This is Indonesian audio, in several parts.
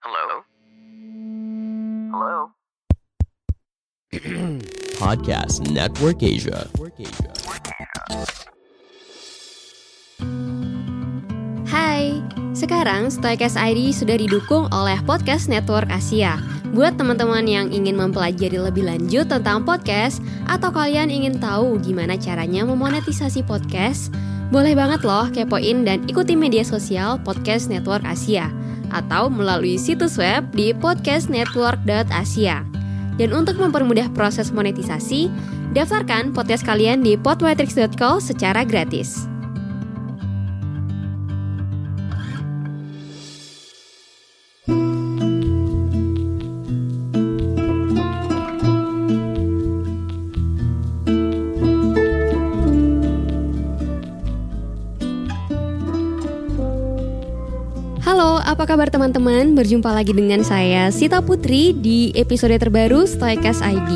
Hello? Hello? Podcast Network Asia. Hai, sekarang Stoicast ID sudah didukung oleh Podcast Network Asia. Buat teman-teman yang ingin mempelajari lebih lanjut tentang podcast, atau kalian ingin tahu gimana caranya memonetisasi podcast, boleh banget loh kepoin dan ikuti media sosial Podcast Network Asia, atau melalui situs web di podcastnetwork.asia. Dan untuk mempermudah proses monetisasi, daftarkan podcast kalian di podmetrics.co secara gratis. Halo, apa kabar teman-teman? Berjumpa lagi dengan saya, Sita Putri, di episode terbaru Stoicast ID.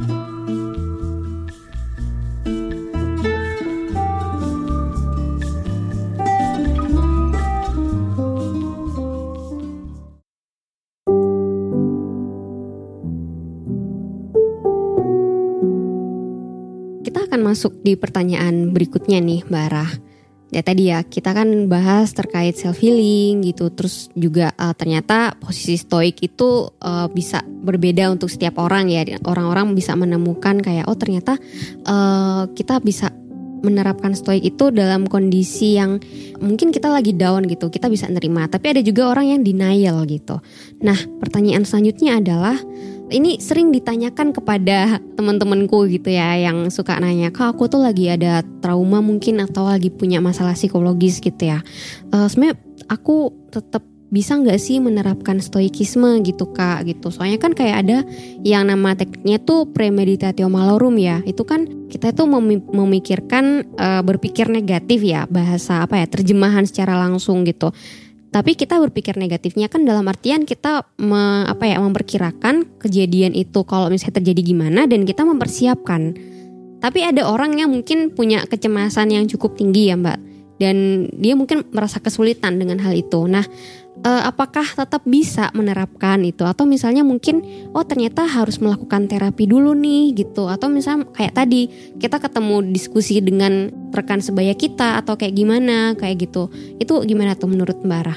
Kita akan masuk di pertanyaan berikutnya nih, Mbak Rah. Ya tadi ya, kita kan bahas terkait self healing gitu. Terus juga ternyata posisi stoik itu bisa berbeda untuk setiap orang ya. Orang-orang bisa menemukan kayak ternyata kita bisa menerapkan stoik itu dalam kondisi yang mungkin kita lagi down gitu, kita bisa nerima. Tapi ada juga orang yang denial gitu. Nah, pertanyaan selanjutnya adalah, ini sering ditanyakan kepada teman-temanku gitu ya, yang suka nanya, Kak, aku tuh lagi ada trauma mungkin atau lagi punya masalah psikologis gitu ya. Sebenarnya aku tetap bisa nggak sih menerapkan stoikisme gitu Kak gitu. Soalnya kan kayak ada yang nama tekniknya tuh premeditatio malorum ya. Itu kan kita tuh memikirkan berpikir negatif ya, bahasa terjemahan secara langsung gitu. Tapi kita berpikir negatifnya kan dalam artian kita memperkirakan kejadian itu kalau misalnya terjadi gimana dan kita mempersiapkan. Tapi ada orang yang mungkin punya kecemasan yang cukup tinggi ya Mbak, dan dia mungkin merasa kesulitan dengan hal itu. Nah, apakah tetap bisa menerapkan itu, atau misalnya mungkin ternyata harus melakukan terapi dulu nih gitu, atau misalnya kayak tadi kita ketemu diskusi dengan rekan sebaya kita atau kayak gimana kayak gitu. Itu gimana tuh menurut Mbak Rah?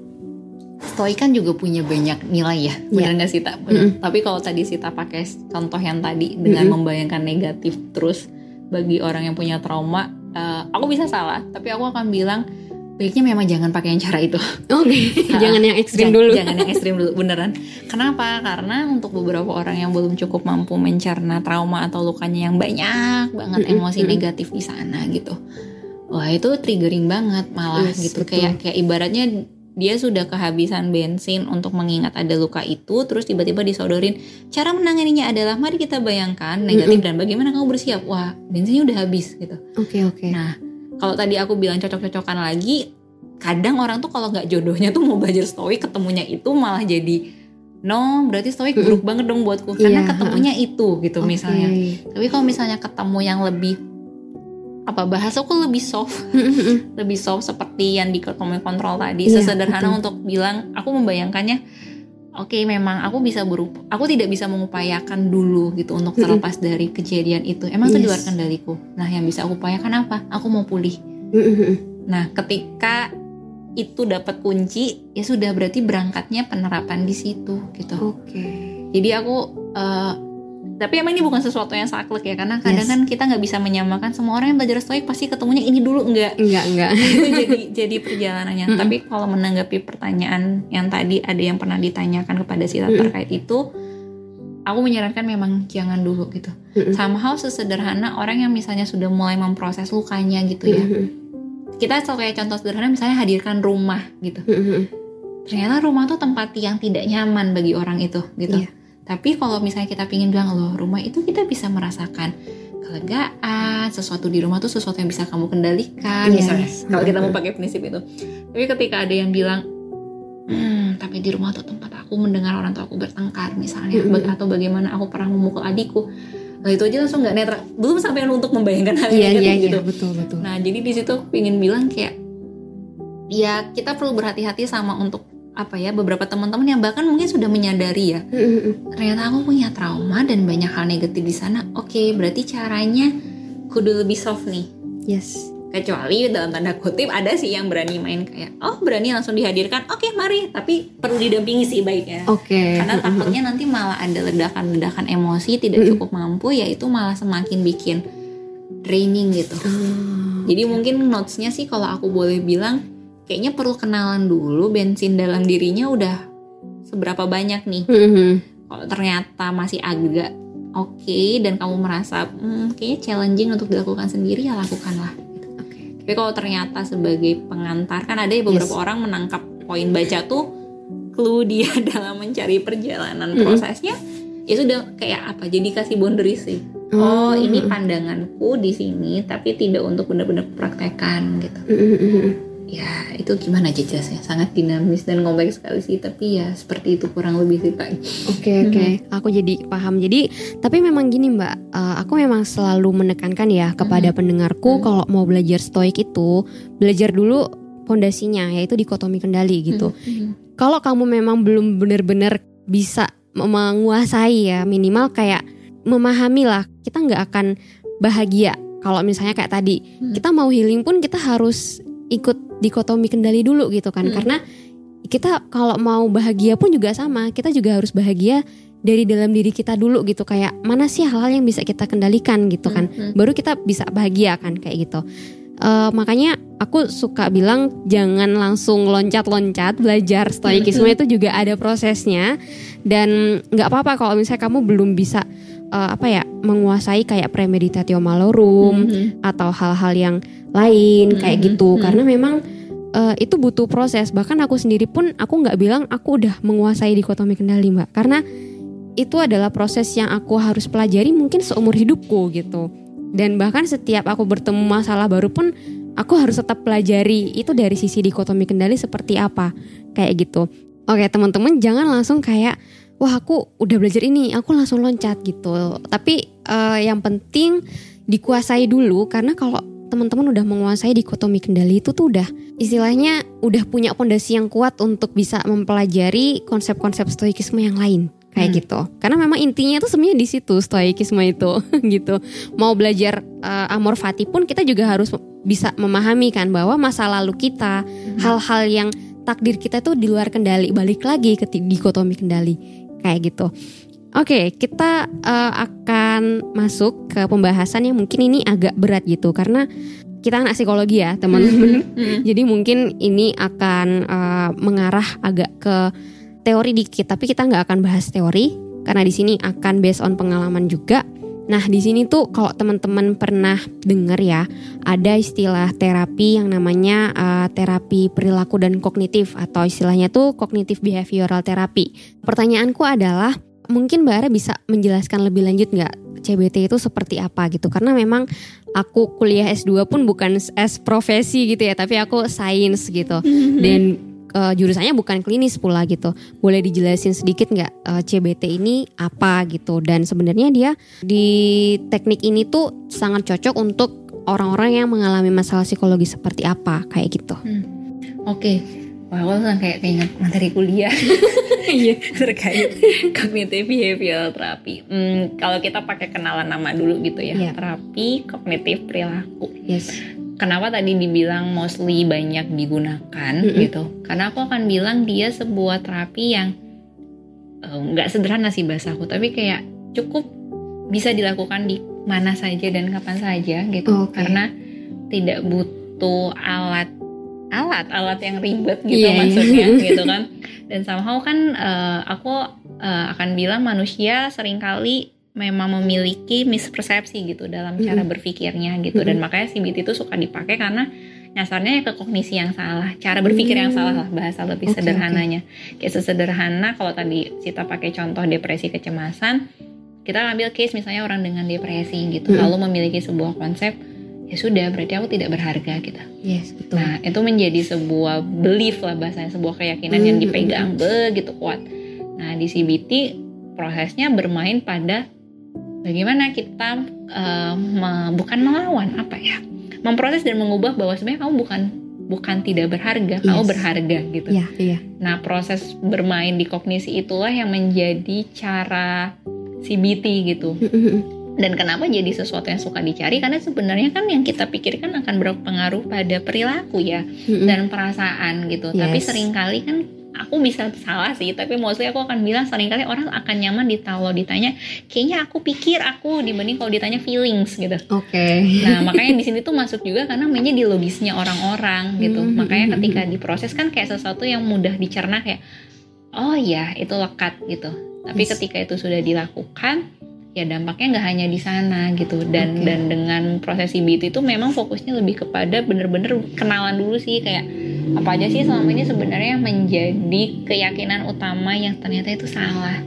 Stoik kan juga punya banyak nilai ya, benar nggak Sita? Tapi kalau tadi Sita pakai contoh yang tadi dengan membayangkan negatif terus bagi orang yang punya trauma, aku bisa salah, tapi aku akan bilang baiknya memang jangan pakai yang cara itu. Oke. Jangan yang ekstrim dulu. Jangan yang ekstrim dulu, beneran. Kenapa? Karena untuk beberapa orang yang belum cukup mampu mencerna trauma atau lukanya yang banyak banget emosi negatif di sana gitu. Wah, itu triggering banget malah gitu. Betul. Kayak ibaratnya dia sudah kehabisan bensin untuk mengingat ada luka itu, terus tiba-tiba disodorin cara menanganinya adalah mari kita bayangkan negatif dan bagaimana kamu bersiap. Wah, bensinnya udah habis gitu. Oke. Nah, kalau tadi aku bilang cocok-cocokan lagi, kadang orang tuh kalau nggak jodohnya tuh mau belajar stoik, ketemunya itu malah jadi berarti stoik buruk banget dong buatku karena ketemunya itu gitu misalnya. Tapi kalau misalnya ketemu yang lebih bahasaku lebih soft, lebih soft seperti yang dikotomi kontrol tadi, sesederhana untuk bilang aku membayangkannya, oke, memang aku tidak bisa mengupayakan dulu gitu untuk terlepas dari kejadian itu. Emang itu di luar kendaliku. Nah, yang bisa aku upayakan apa? Aku mau pulih. Nah, ketika itu dapat kunci, ya sudah berarti berangkatnya penerapan di situ gitu. Jadi aku tapi emang ini bukan sesuatu yang saklek ya, karena kadang kan kita nggak bisa menyamakan semua orang yang belajar stoik pasti ketemunya ini dulu, enggak. Itu jadi perjalanannya. Tapi kalau menanggapi pertanyaan yang tadi ada yang pernah ditanyakan kepada Sita terkait itu, aku menyarankan memang jangan dulu gitu. Somehow sesederhana orang yang misalnya sudah mulai memproses lukanya gitu ya. Kita kayak contoh sederhana misalnya hadirkan rumah gitu. Ternyata rumah tuh tempat yang tidak nyaman bagi orang itu gitu. Tapi kalau misalnya kita pingin bilang, loh rumah itu kita bisa merasakan kelegaan, sesuatu di rumah tuh sesuatu yang bisa kamu kendalikan misalnya. Kalau kita mau pakai prinsip itu. Tapi ketika ada yang bilang, tapi di rumah tuh tempat aku mendengar orang tua aku bertengkar misalnya, atau bagaimana aku pernah memukul adikku. Nah itu aja langsung nggak netral, belum sampai untuk membayangkan hal yang negatif gitu. Betul. Nah jadi di situ aku pengen bilang kayak, ya kita perlu berhati-hati sama untuk beberapa teman-teman yang bahkan mungkin sudah menyadari ya, ternyata aku punya trauma dan banyak hal negatif di sana. Oke, berarti caranya kudu lebih soft nih. Yes. Kecuali dalam tanda kutip ada sih yang berani main kayak, berani langsung dihadirkan. Oke, mari, tapi perlu didampingi sih baiknya. Oke. Karena takutnya nanti malah ada ledakan-ledakan emosi tidak cukup mampu, yaitu malah semakin bikin draining gitu. Jadi mungkin notesnya sih kalau aku boleh bilang, kayaknya perlu kenalan dulu bensin dalam dirinya udah seberapa banyak nih. Kalau ternyata masih agak oke dan kamu merasa kayaknya challenging untuk dilakukan sendiri, ya lakukanlah. Tapi kalau ternyata sebagai pengantar, kan ada ya beberapa orang menangkap poin baca tuh clue dia dalam mencari perjalanan prosesnya, ya sudah kayak apa? Jadi kasih boundaries sih. Ini pandanganku di sini, tapi tidak untuk benar-benar praktekkan gitu. Ya itu gimana aja jelasnya, sangat dinamis dan kompleks sekali sih, tapi ya seperti itu kurang lebih sih Pak. Oke. Aku jadi paham. Jadi tapi memang gini Mbak, aku memang selalu menekankan ya kepada pendengarku kalau mau belajar stoik itu belajar dulu fondasinya, yaitu dikotomi kendali gitu. Kalau kamu memang belum benar-benar bisa menguasai ya, minimal kayak memahami lah, kita nggak akan bahagia. Kalau misalnya kayak tadi, kita mau healing pun kita harus ikut dikotomi kendali dulu gitu kan. Karena kita kalau mau bahagia pun juga sama, kita juga harus bahagia dari dalam diri kita dulu gitu. Kayak mana sih hal-hal yang bisa kita kendalikan gitu kan, baru kita bisa bahagia kan kayak gitu. Makanya aku suka bilang jangan langsung loncat-loncat belajar stoikisme, itu juga ada prosesnya. Dan gak apa-apa kalau misalnya kamu belum bisa menguasai kayak premeditatio malorum atau hal-hal yang lain kayak gitu. Karena memang itu butuh proses. Bahkan aku sendiri pun aku gak bilang aku udah menguasai dikotomi kendali Mbak, karena itu adalah proses yang aku harus pelajari mungkin seumur hidupku gitu. Dan bahkan setiap aku bertemu masalah baru pun aku harus tetap pelajari itu dari sisi dikotomi kendali seperti apa kayak gitu. Oke teman-teman, jangan langsung kayak wah aku udah belajar ini, aku langsung loncat gitu. Tapi yang penting dikuasai dulu, karena kalau teman-teman udah menguasai dikotomi kendali itu tuh udah istilahnya udah punya fondasi yang kuat untuk bisa mempelajari konsep-konsep stoikisme yang lain kayak gitu. Karena memang intinya tuh sebenarnya di situ stoikisme itu gitu. Mau belajar amor fati pun kita juga harus bisa memahami kan bahwa masa lalu kita, hal-hal yang takdir kita tuh di luar kendali, balik lagi ke dikotomi kendali kayak gitu. Oke, kita akan masuk ke pembahasan yang mungkin ini agak berat gitu, karena kita anak psikologi ya teman-teman. Jadi mungkin ini akan mengarah agak ke teori dikit, tapi kita nggak akan bahas teori karena di sini akan based on pengalaman juga. Nah di sini tuh kalau teman-teman pernah dengar ya, ada istilah terapi yang namanya terapi perilaku dan kognitif, atau istilahnya tuh cognitive behavioral therapy. Pertanyaanku adalah, mungkin Mbak Ara bisa menjelaskan lebih lanjut nggak CBT itu seperti apa gitu? Karena memang aku kuliah S2 pun bukan profesi gitu ya, tapi aku sains gitu. Dan jurusannya bukan klinis pula gitu. Boleh dijelasin sedikit nggak CBT ini apa gitu? Dan sebenarnya dia di teknik ini tuh sangat cocok untuk orang-orang yang mengalami masalah psikologi seperti apa kayak gitu. Oke. Wah, aku langsung kayak ingat materi kuliah terkait cognitive behavioral therapy. Kalau kita pakai kenalan nama dulu gitu ya, terapi kognitif perilaku. Kenapa tadi dibilang mostly banyak digunakan gitu? Karena aku akan bilang dia sebuah terapi yang nggak sederhana sih bahasaku, tapi kayak cukup bisa dilakukan di mana saja dan kapan saja gitu. Karena tidak butuh alat yang ribet gitu maksudnya gitu kan. Dan somehow kan aku akan bilang manusia seringkali memang memiliki mispersepsi gitu dalam cara berpikirnya gitu. Dan makanya CBT itu suka dipakai karena nyasarnya ke kognisi yang salah, cara berpikir yang salah lah, bahasa lebih sederhananya. Kayak sesederhana kalau tadi kita pakai contoh depresi kecemasan, kita ambil case misalnya orang dengan depresi gitu, lalu memiliki sebuah konsep, ya sudah berarti aku tidak berharga gitu. Betul. Nah itu menjadi sebuah belief lah bahasanya, sebuah keyakinan yang dipegang begitu kuat. Nah di CBT prosesnya bermain pada bagaimana kita bukan melawan memproses dan mengubah bahwa sebenarnya kamu bukan bukan tidak berharga, kamu berharga gitu. Iya. Nah, proses bermain di kognisi itulah yang menjadi cara CBT gitu. Dan kenapa jadi sesuatu yang suka dicari? Karena sebenarnya kan yang kita pikirkan akan berpengaruh pada perilaku ya, dan perasaan gitu. Tapi seringkali kan aku bisa salah sih, tapi mostly aku akan bilang seringkali orang akan nyaman kalau ditanya kayaknya aku pikir aku, dibanding kalau ditanya feelings gitu. Nah, makanya di sini tuh masuk juga karena mainnya di logisnya orang-orang gitu. Makanya ketika diproses kan kayak sesuatu yang mudah dicerna, kayak oh ya itu lekat gitu. Tapi ketika itu sudah dilakukan, ya dampaknya nggak hanya di sana gitu. Dan dengan proses CBT itu memang fokusnya lebih kepada bener-bener kenalan dulu sih, kayak apa aja sih selama ini sebenarnya menjadi keyakinan utama yang ternyata itu salah.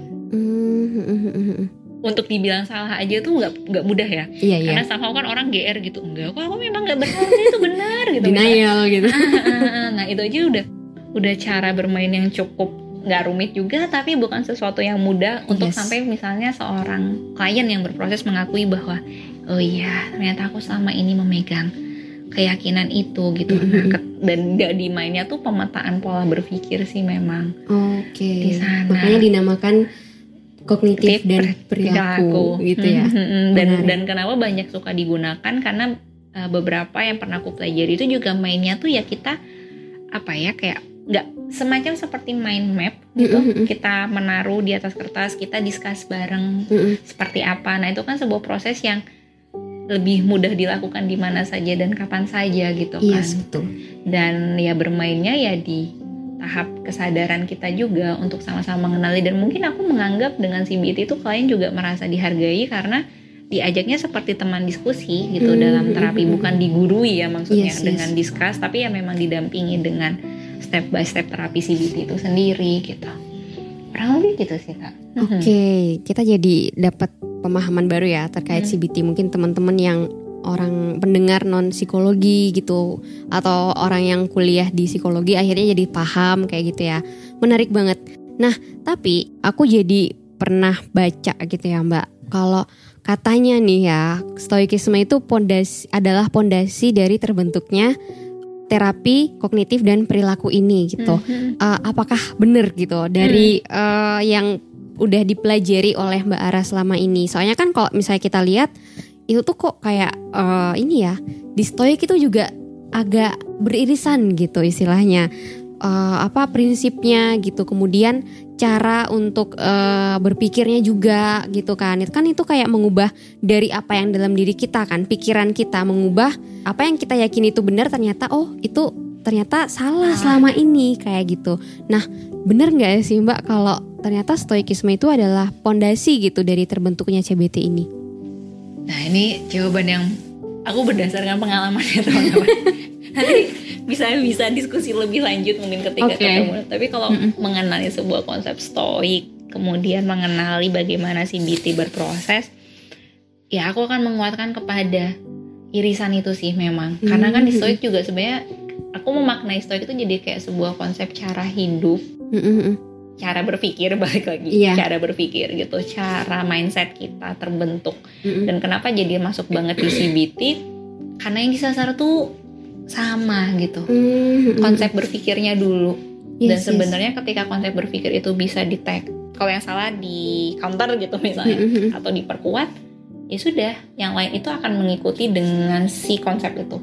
Untuk dibilang salah aja tuh nggak mudah ya. Karena somehow kan orang GR gitu, enggak kok aku memang nggak bersalah, itu benar gitu. Denial gitu. Nah itu aja udah cara bermain yang cukup nggak rumit juga, tapi bukan sesuatu yang mudah untuk sampai misalnya seorang klien yang berproses mengakui bahwa oh iya ternyata aku selama ini memegang keyakinan itu gitu. Dan gak di mainnya tuh pemetaan pola berpikir sih memang. Di sana. Makanya dinamakan kognitif dan perilaku gitu ya. Dan kenapa banyak suka digunakan karena beberapa yang pernah aku pelajari itu juga mainnya tuh ya kita apa ya, kayak nggak semacam seperti mind map gitu. Kita menaruh di atas kertas, kita discuss bareng seperti apa. Nah itu kan sebuah proses yang lebih mudah dilakukan di mana saja dan kapan saja gitu kan. Betul. Dan ya bermainnya ya di tahap kesadaran kita juga untuk sama-sama mengenali. Dan mungkin aku menganggap dengan CBT itu klien juga merasa dihargai karena diajaknya seperti teman diskusi gitu dalam terapi, bukan digurui ya maksudnya dengan discuss, tapi ya memang didampingi dengan step by step terapi CBT itu sendiri gitu. Kurang lebih gitu sih Kak. Kita jadi dapat pemahaman baru ya terkait CBT. Mungkin teman-teman yang orang pendengar non psikologi gitu atau orang yang kuliah di psikologi akhirnya jadi paham kayak gitu ya. Menarik banget. Nah, tapi aku jadi pernah baca gitu ya Mbak, kalau katanya nih ya, stoikisme itu adalah pondasi dari terbentuknya terapi kognitif dan perilaku ini gitu. Apakah benar gitu dari yang udah dipelajari oleh Mbak Ara selama ini? Soalnya kan kalau misalnya kita lihat itu tuh kok kayak ini ya, di stoik itu juga agak beririsan gitu istilahnya. Prinsipnya gitu, kemudian cara untuk berpikirnya juga gitu kan. Itu kayak mengubah dari apa yang dalam diri kita kan, pikiran kita mengubah apa yang kita yakini itu benar, ternyata itu ternyata salah selama ini kayak gitu. Nah, benar nggak sih Mbak kalau ternyata stoikisme itu adalah pondasi gitu dari terbentuknya CBT ini? Nah, ini jawaban yang aku berdasarkan pengalaman ya teman-teman. Nanti bisa diskusi lebih lanjut mungkin ketika ketemu. Tapi kalau mengenali sebuah konsep stoik, kemudian mengenali bagaimana CBT berproses, ya aku akan menguatkan kepada irisan itu sih memang. Karena kan di stoik juga sebenarnya aku memaknai stoik itu jadi kayak sebuah konsep cara hidup, cara berpikir, balik lagi cara berpikir gitu, cara mindset kita terbentuk. Dan kenapa jadi masuk banget di CBT? Karena yang disasar tuh sama gitu, konsep berpikirnya dulu. Dan sebenarnya ketika konsep berpikir itu bisa kalau yang salah di counter gitu misalnya, atau diperkuat, ya sudah, yang lain itu akan mengikuti dengan si konsep itu.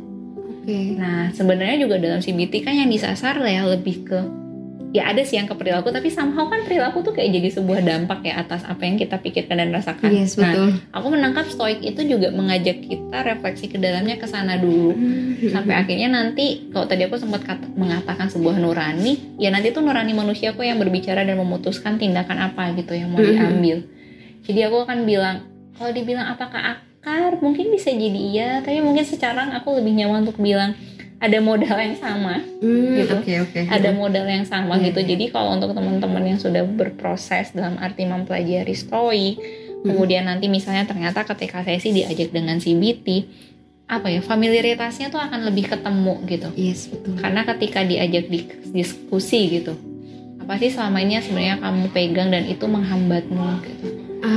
Nah sebenarnya juga dalam CBT kan yang disasar ya lebih ke, ya ada sih yang ke perilaku, tapi somehow kan perilaku tuh kayak jadi sebuah dampak ya atas apa yang kita pikirkan dan rasakan. Betul. Nah, aku menangkap stoik itu juga mengajak kita refleksi ke dalamnya, ke sana dulu. Sampai akhirnya nanti, kalau tadi aku sempat mengatakan sebuah nurani, ya nanti tuh nurani manusia kok yang berbicara dan memutuskan tindakan apa gitu yang mau diambil. Jadi aku akan bilang, kalau dibilang apakah akar, mungkin bisa jadi iya, tapi mungkin sekarang aku lebih nyaman untuk bilang ada modal yang sama gitu. Ada modal yang sama gitu. Jadi kalau untuk teman-teman yang sudah berproses dalam arti mempelajari stoik, kemudian nanti misalnya ternyata ketika sesi diajak dengan CBT, familiaritasnya tuh akan lebih ketemu gitu. Betul. Karena ketika diajak diskusi gitu, apa sih selama ini sebenarnya kamu pegang dan itu menghambatmu gitu.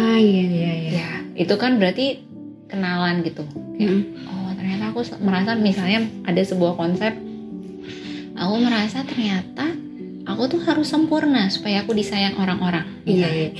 Ya, itu kan berarti kenalan gitu. Kayak, ternyata aku merasa misalnya ada sebuah konsep Aku merasa ternyata aku tuh harus sempurna supaya aku disayang orang-orang. Iya.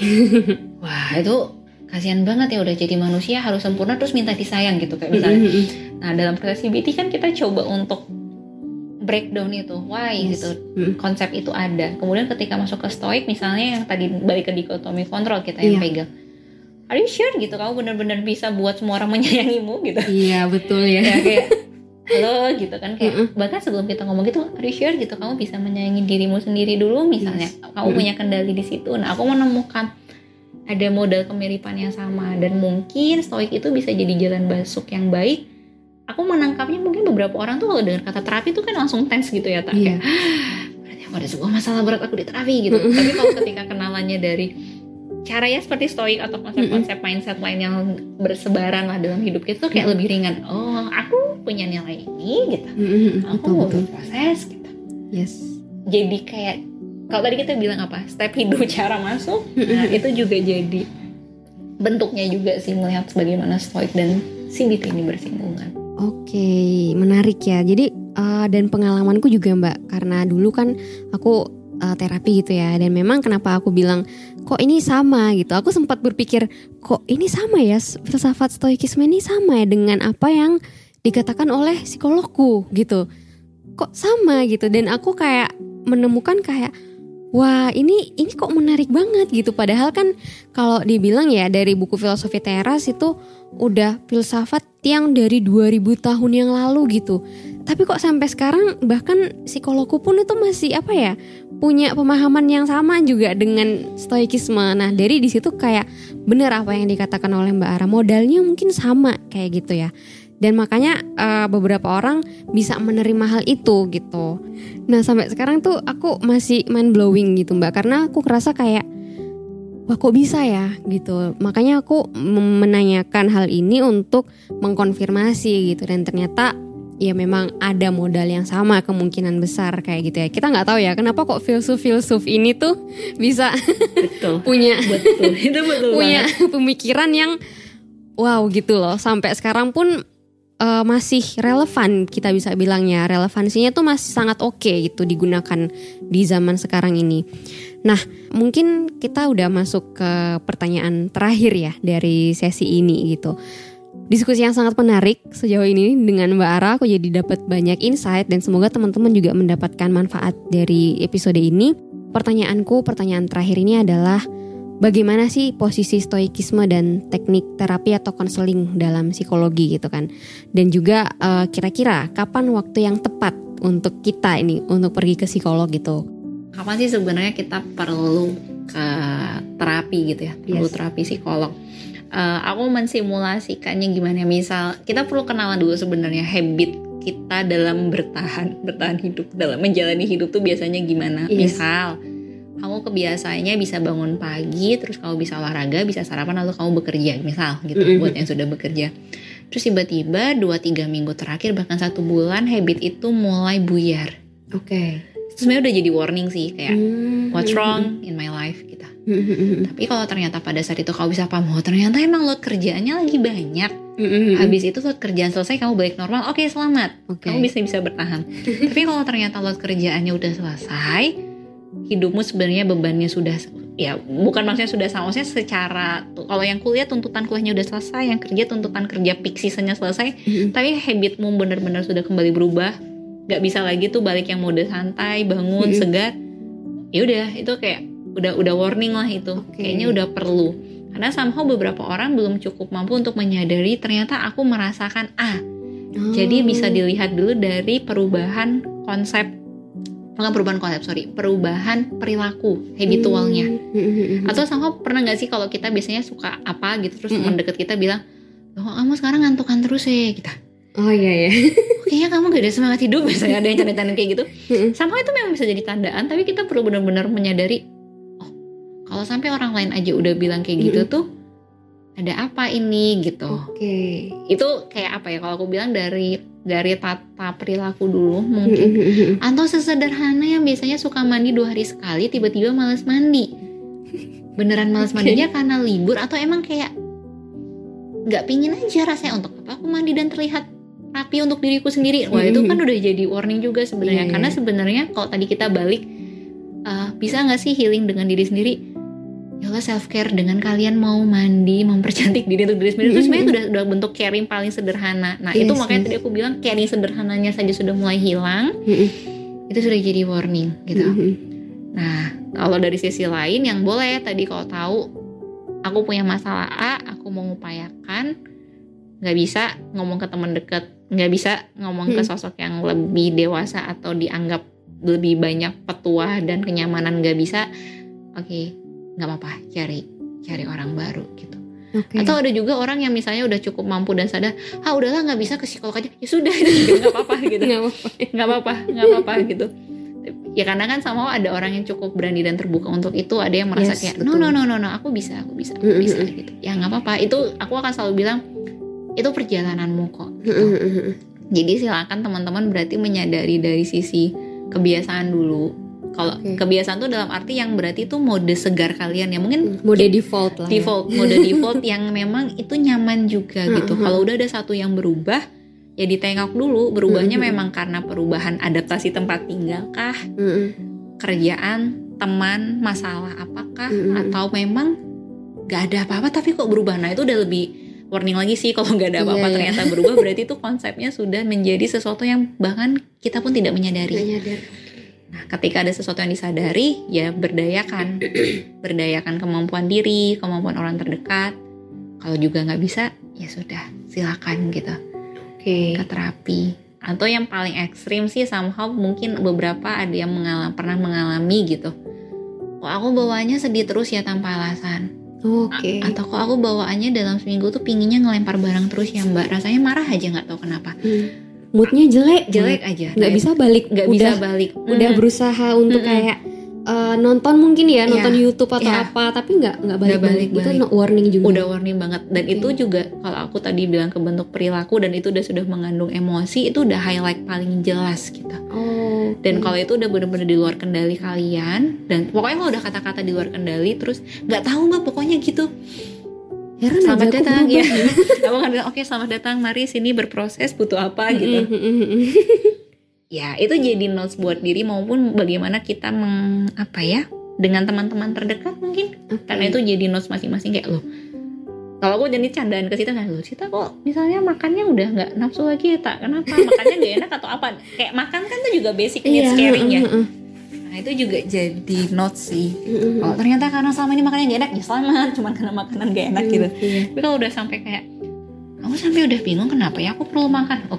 Wah, itu kasihan banget ya, udah jadi manusia harus sempurna terus minta disayang gitu kayak misalnya. Nah, dalam proses CBT kan kita coba untuk breakdown itu, why gitu. Konsep itu ada. Kemudian ketika masuk ke stoik misalnya yang tadi balik ke dikotomi kontrol kita yang pegang. Are you sure gitu kamu benar-benar bisa buat semua orang menyayangimu gitu. Iya, betul ya. Ya kayak halo gitu kan kayak bahkan sebelum kita ngomong gitu, are you sure gitu kamu bisa menyayangi dirimu sendiri dulu misalnya. Kamu punya kendali di situ. Nah, aku menemukan ada modal kemiripan yang sama dan mungkin stoik itu bisa jadi jalan masuk yang baik. Aku menangkapnya mungkin beberapa orang tuh kalau dengar kata terapi tuh kan langsung tense gitu ya, kayak berarti aku ada sebuah masalah berat aku di terapi gitu. Tapi kalau ketika kenalannya dari cara ya seperti stoik atau konsep-konsep mindset lain yang bersebaran lah dalam hidup kita tuh kayak lebih ringan. Oh, aku punya nilai ini gitu. Aku mau berproses gitu. Yes. Jadi kayak kalau tadi kita bilang apa? Step hidup cara masuk. Nah, itu juga jadi bentuknya juga sih melihat bagaimana stoik dan CBT ini bersinggungan. Oke, menarik ya. Jadi dan pengalamanku juga Mbak, karena dulu kan aku terapi gitu ya. Dan memang kenapa aku bilang kok ini sama gitu. Aku sempat berpikir kok ini sama ya, filsafat stoikisme ini sama ya dengan apa yang dikatakan oleh psikologku gitu. Kok sama gitu. Dan aku kayak menemukan kayak wah ini kok menarik banget gitu. Padahal kan kalau dibilang ya dari buku filosofi teras itu udah filsafat yang dari 2000 tahun yang lalu gitu. Tapi kok sampai sekarang bahkan psikologku pun itu masih apa ya, punya pemahaman yang sama juga dengan stoikisme. Nah dari di situ kayak bener apa yang dikatakan oleh Mbak Ara, modalnya mungkin sama kayak gitu ya. Dan makanya beberapa orang bisa menerima hal itu gitu. Nah sampai sekarang tuh aku masih mind blowing gitu Mbak, karena aku kerasa kayak wah kok bisa ya gitu. Makanya aku menanyakan hal ini untuk mengkonfirmasi gitu. Dan ternyata ya memang ada modal yang sama kemungkinan besar kayak gitu ya. Kita nggak tahu ya kenapa kok filsuf ini tuh bisa punya itu betul punya pemikiran yang wow gitu loh. Sampai sekarang pun masih relevan, kita bisa bilangnya relevansinya tuh masih sangat oke gitu digunakan di zaman sekarang ini. Nah mungkin kita udah masuk ke pertanyaan terakhir ya dari sesi ini gitu. Diskusi yang sangat menarik sejauh ini dengan Mbak Ara, aku jadi dapat banyak insight dan semoga teman-teman juga mendapatkan manfaat dari episode ini. Pertanyaan terakhir ini adalah bagaimana sih posisi stoikisme dan teknik terapi atau konseling dalam psikologi gitu kan. Dan juga kira-kira kapan waktu yang tepat untuk kita ini untuk pergi ke psikolog gitu. Kapan sih sebenarnya kita perlu ke terapi gitu ya, perlu terapi psikolog. Aku mensimulasikannya gimana, misal kita perlu kenalan dulu sebenarnya habit kita dalam bertahan hidup, dalam menjalani hidup tuh biasanya gimana. Misal kamu kebiasaannya bisa bangun pagi, terus kamu bisa olahraga, bisa sarapan, lalu kamu bekerja misal gitu, buat yang sudah bekerja. Terus tiba-tiba 2-3 minggu terakhir bahkan 1 bulan habit itu mulai buyar. Sebenarnya udah jadi warning sih kayak what's wrong in my life gitu. Tapi kalau ternyata pada saat itu kamu bisa paham, oh ternyata emang load kerjaannya lagi banyak. Habis itu load kerjaan selesai kamu balik normal, oke, selamat. Kamu bisa bertahan. Tapi kalau ternyata load kerjaannya udah selesai, hidupmu sebenarnya bebannya sudah, ya bukan maksudnya sudah sama, maksudnya secara kalau yang kuliah tuntutan kuliahnya udah selesai, yang kerja tuntutan kerja peak seasonnya selesai, tapi habitmu benar-benar sudah kembali berubah, nggak bisa lagi tuh balik yang mode santai, bangun segar, ya udah itu kayak udah warning lah itu, kayaknya udah perlu. Karena somehow beberapa orang belum cukup mampu untuk menyadari ternyata aku merasakan jadi bisa dilihat dulu dari perubahan perilaku habitualnya. Atau somehow pernah gak sih kalau kita biasanya suka apa gitu, terus teman dekat kita bilang, loh kamu sekarang ngantukan terus ya kita. Oh iya. Kayaknya kamu gak ada semangat hidup, misalnya ada yang canda-canda kayak gitu. Somehow itu memang bisa jadi tandaan, tapi kita perlu benar-benar menyadari, kalau sampai orang lain aja udah bilang kayak gitu tuh ada apa ini gitu. Itu kayak apa ya, kalau aku bilang dari tata perilaku dulu mungkin. Atau sesederhana yang biasanya suka mandi 2 hari sekali tiba-tiba malas mandi. Beneran malas mandinya karena libur atau emang kayak gak pingin aja rasanya, untuk apa aku mandi dan terlihat rapi untuk diriku sendiri. Wah itu kan udah jadi warning juga sebenarnya. Karena sebenarnya kalau tadi kita balik, bisa nggak sih healing dengan diri sendiri? Yalah, self care dengan kalian mau mandi, mempercantik diri untuk diri sendiri itu sebenarnya udah bentuk caring paling sederhana. Nah itu makanya tadi aku bilang caring sederhananya saja sudah mulai hilang, itu sudah jadi warning gitu. Nah kalau dari sisi lain yang boleh tadi, kalau tahu aku punya masalah A, aku mau mengupayakan, nggak bisa ngomong ke teman dekat, nggak bisa ngomong ke sosok yang lebih dewasa atau dianggap lebih banyak petua dan kenyamanan, nggak bisa. Oke, nggak apa-apa, cari orang baru gitu. Atau ada juga orang yang misalnya udah cukup mampu dan sadar, udahlah nggak bisa, ke psikolog aja, ya sudah nggak apa-apa gitu, nggak apa-apa gitu. Ya karena kan sama ada orang yang cukup berani dan terbuka untuk itu, ada yang merasa kayak no aku bisa gitu. Ya nggak apa-apa, itu aku akan selalu bilang itu perjalananmu kok gitu. Jadi silakan teman-teman berarti menyadari dari sisi kebiasaan dulu. Kalau kebiasaan tuh dalam arti yang berarti itu mode segar kalian ya, mungkin mode default lah. Mode default yang memang itu nyaman juga gitu. Kalau udah ada satu yang berubah, ya ditengok dulu berubahnya memang karena perubahan adaptasi tempat tinggal kah, kerjaan, teman, masalah apakah, atau memang gak ada apa-apa tapi kok berubah. Nah itu udah lebih warning lagi sih. Kalau gak ada apa-apa ternyata berubah, berarti itu konsepnya sudah menjadi sesuatu yang bahkan kita pun tidak menyadari. Nah ketika ada sesuatu yang disadari, ya berdayakan kemampuan diri, kemampuan orang terdekat. Kalau juga gak bisa, ya sudah silakan gitu ke terapi. Atau yang paling ekstrim sih somehow mungkin beberapa ada yang pernah mengalami gitu, kok aku bawaannya sedih terus ya tanpa alasan. Atau kok aku bawaannya dalam seminggu tuh pinginnya ngelempar barang terus ya mbak, rasanya marah aja nggak tahu kenapa. Moodnya jelek aja, nggak bisa balik. Udah berusaha untuk kayak nonton mungkin ya, nonton YouTube atau apa, tapi nggak balik. Itu warning juga. Udah warning banget. Dan itu juga kalau aku tadi bilang ke bentuk perilaku dan itu sudah mengandung emosi, itu udah highlight paling jelas gitu. Dan kalau itu udah benar-benar di luar kendali kalian, dan pokoknya kalau udah kata-kata di luar kendali terus nggak tahu mbak pokoknya gitu, heran selamat aja datang ya. Kamu kan bilang oke selamat datang, mari sini berproses, butuh apa gitu. Ya itu jadi notes buat diri maupun bagaimana kita dengan teman-teman terdekat mungkin. Karena itu jadi notes masing-masing kayak loh. Kalau aku jadi candaan ke Sita kan, loh Sita kok misalnya makannya udah nggak nafsu lagi ya tak? Kenapa? Makannya nggak enak atau apa? Kayak makan kan tuh juga basic needs caring ya. Nah itu juga jadi notes sih. Kalau ternyata karena selama ini makannya nggak enak, ya selamat. Cuman karena makanan nggak enak gitu. Tapi kalau udah sampai kayak aku sampai udah bingung kenapa ya aku perlu makan.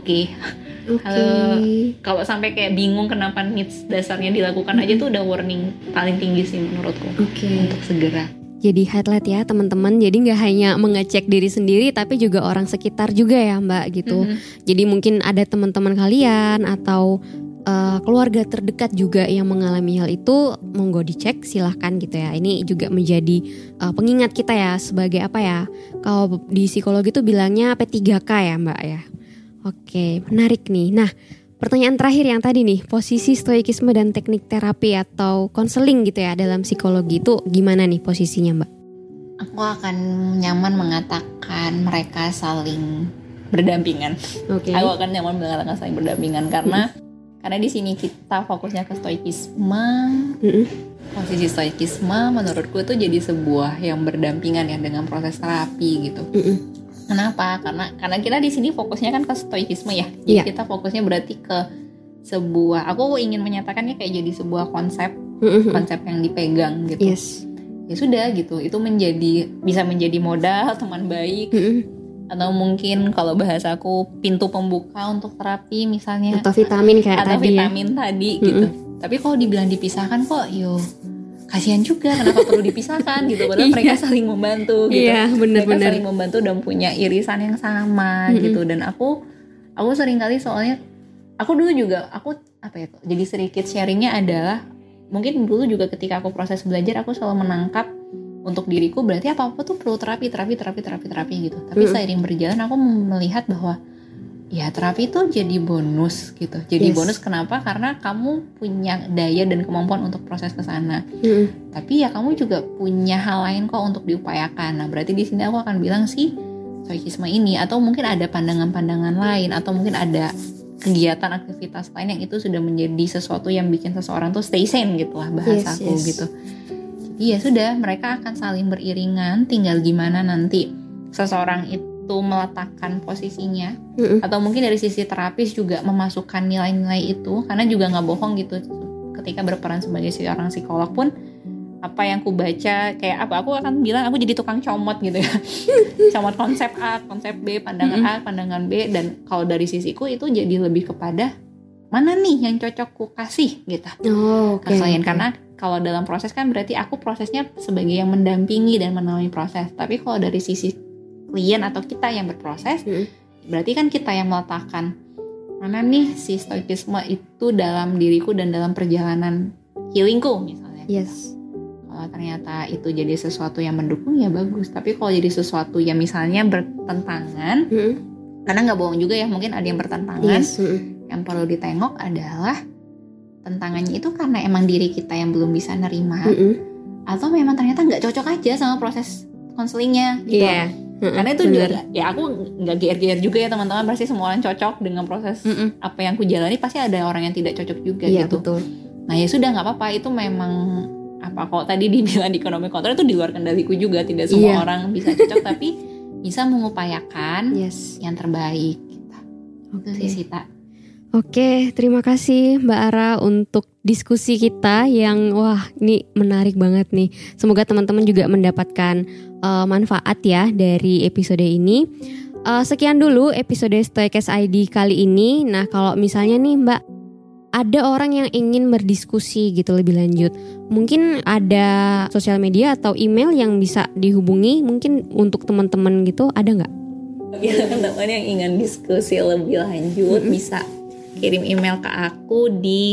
Kalau sampai kayak bingung kenapa needs dasarnya dilakukan aja tuh udah warning paling tinggi sih menurutku untuk segera. Jadi highlight ya teman-teman. Jadi nggak hanya mengecek diri sendiri, tapi juga orang sekitar juga ya Mbak gitu. Jadi mungkin ada teman-teman kalian atau keluarga terdekat juga yang mengalami hal itu, monggo dicek silahkan gitu ya. Ini juga menjadi pengingat kita ya sebagai apa ya? Kalau di psikologi itu bilangnya P3K ya Mbak ya. Oke, menarik nih. Nah, pertanyaan terakhir yang tadi nih, posisi stoikisme dan teknik terapi atau konseling gitu ya dalam psikologi itu gimana nih posisinya Mbak? Aku akan nyaman mengatakan mereka saling berdampingan. Aku akan nyaman mengatakan saling berdampingan karena di sini kita fokusnya ke stoikisme. Posisi stoikisme menurutku itu jadi sebuah yang berdampingan ya dengan proses terapi gitu. Kenapa? Karena kita di sini fokusnya kan ke stoikisme ya. Jadi kita fokusnya berarti ke sebuah, aku ingin menyatakannya kayak jadi sebuah konsep yang dipegang gitu. Ya sudah gitu. Itu bisa menjadi modal, teman baik. Atau mungkin kalau bahasaku pintu pembuka untuk terapi misalnya. Atau vitamin kayak atau tadi vitamin tadi gitu. Tapi kalau dibilang dipisahkan kok kasihan juga, kenapa perlu dipisahkan gitu, padahal mereka saling membantu gitu. Mereka saling membantu dan punya irisan yang sama gitu. Dan aku sering kali soalnya aku dulu juga jadi sedikit sharingnya adalah mungkin dulu juga ketika aku proses belajar aku selalu menangkap untuk diriku berarti apa-apa tuh perlu terapi gitu. Tapi seiring berjalan aku melihat bahwa ya terapi itu jadi bonus gitu. Jadi bonus kenapa? Karena kamu punya daya dan kemampuan untuk proses ke sana. Tapi ya kamu juga punya hal lain kok untuk diupayakan. Nah, berarti di sini aku akan bilang sih stoikisme ini, atau mungkin ada pandangan-pandangan lain, atau mungkin ada kegiatan aktivitas lain yang itu sudah menjadi sesuatu yang bikin seseorang tuh stay sane gitu lah bahasaku gitu. Jadi ya sudah, mereka akan saling beriringan, tinggal gimana nanti seseorang itu meletakkan posisinya, atau mungkin dari sisi terapis juga memasukkan nilai-nilai itu, karena juga nggak bohong gitu, ketika berperan sebagai seorang psikolog pun apa yang aku baca kayak apa, aku akan bilang aku jadi tukang comot gitu ya. Comot konsep A, konsep B, pandangan A, pandangan B, dan kalau dari sisiku itu jadi lebih kepada mana nih yang cocok ku kasih gitu. Karena kalau dalam proses kan berarti aku prosesnya sebagai yang mendampingi dan menemani proses, tapi kalau dari sisi klien atau kita yang berproses, berarti kan kita yang meletakkan mana nih si stoikisme itu dalam diriku dan dalam perjalanan healingku misalnya. Kalau ternyata itu jadi sesuatu yang mendukung ya bagus, tapi kalau jadi sesuatu yang misalnya bertentangan, karena nggak bohong juga ya, mungkin ada yang bertentangan, yang perlu ditengok adalah tentangannya itu karena emang diri kita yang belum bisa nerima, atau memang ternyata nggak cocok aja sama proses konselingnya gitu. Karena itu juga ya, aku nggak GR juga ya teman-teman, pasti semua orang cocok dengan proses apa yang aku jalani, pasti ada orang yang tidak cocok juga gitu. Betul. Nah ya sudah, nggak apa-apa, itu memang apa, kalau tadi dibilang di ekonomi kontrol itu di luar kendaliku juga, tidak semua orang bisa cocok, tapi bisa mengupayakan yang terbaik gitu. Itu sih Sita. Oke, terima kasih Mbak Ara untuk diskusi kita yang ini menarik banget nih. Semoga teman-teman juga mendapatkan manfaat ya dari episode ini. Sekian dulu episode Stoikes ID kali ini. Nah, kalau misalnya nih Mbak, ada orang yang ingin berdiskusi gitu lebih lanjut, mungkin ada sosial media atau email yang bisa dihubungi mungkin untuk teman-teman gitu, ada nggak? Ya, teman-teman yang ingin diskusi lebih lanjut bisa kirim email ke aku di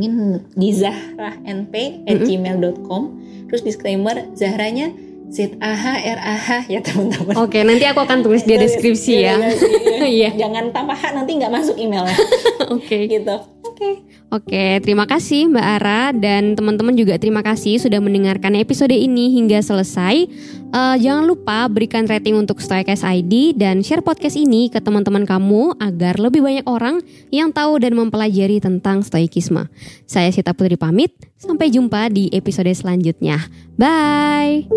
zahrahNP@gmail.com. Terus disclaimer, Zahranya ZAHRAH ya teman-teman. Oke, nanti aku akan tulis di deskripsi ya. Jangan tambah H, nanti nggak masuk emailnya. Oke. Gitu. Oke, terima kasih Mbak Ara, dan teman-teman juga terima kasih sudah mendengarkan episode ini hingga selesai. Jangan lupa berikan rating untuk Stoikes ID dan share podcast ini ke teman-teman kamu agar lebih banyak orang yang tahu dan mempelajari tentang stoikisme. Saya Sita Putri pamit, sampai jumpa di episode selanjutnya. Bye.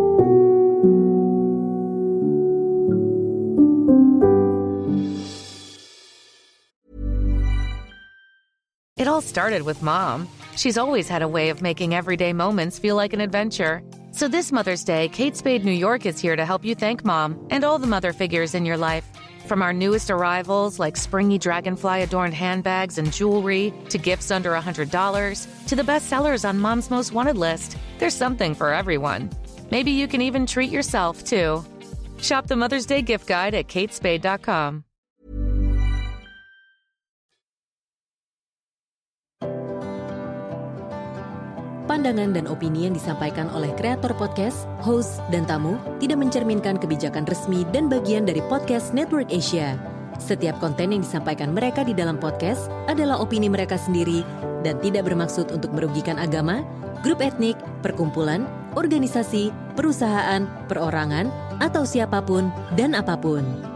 It all started with Mom. She's always had a way of making everyday moments feel like an adventure. So this Mother's Day, Kate Spade New York is here to help you thank Mom and all the mother figures in your life. From our newest arrivals, like springy dragonfly-adorned handbags and jewelry, to gifts under $100, to the best sellers on Mom's Most Wanted list, there's something for everyone. Maybe you can even treat yourself, too. Shop the Mother's Day gift guide at katespade.com. Pandangan dan opini yang disampaikan oleh kreator podcast, host, dan tamu tidak mencerminkan kebijakan resmi dan bagian dari Podcast Network Asia. Setiap konten yang disampaikan mereka di dalam podcast adalah opini mereka sendiri dan tidak bermaksud untuk merugikan agama, grup etnik, perkumpulan, organisasi, perusahaan, perorangan, atau siapapun dan apapun.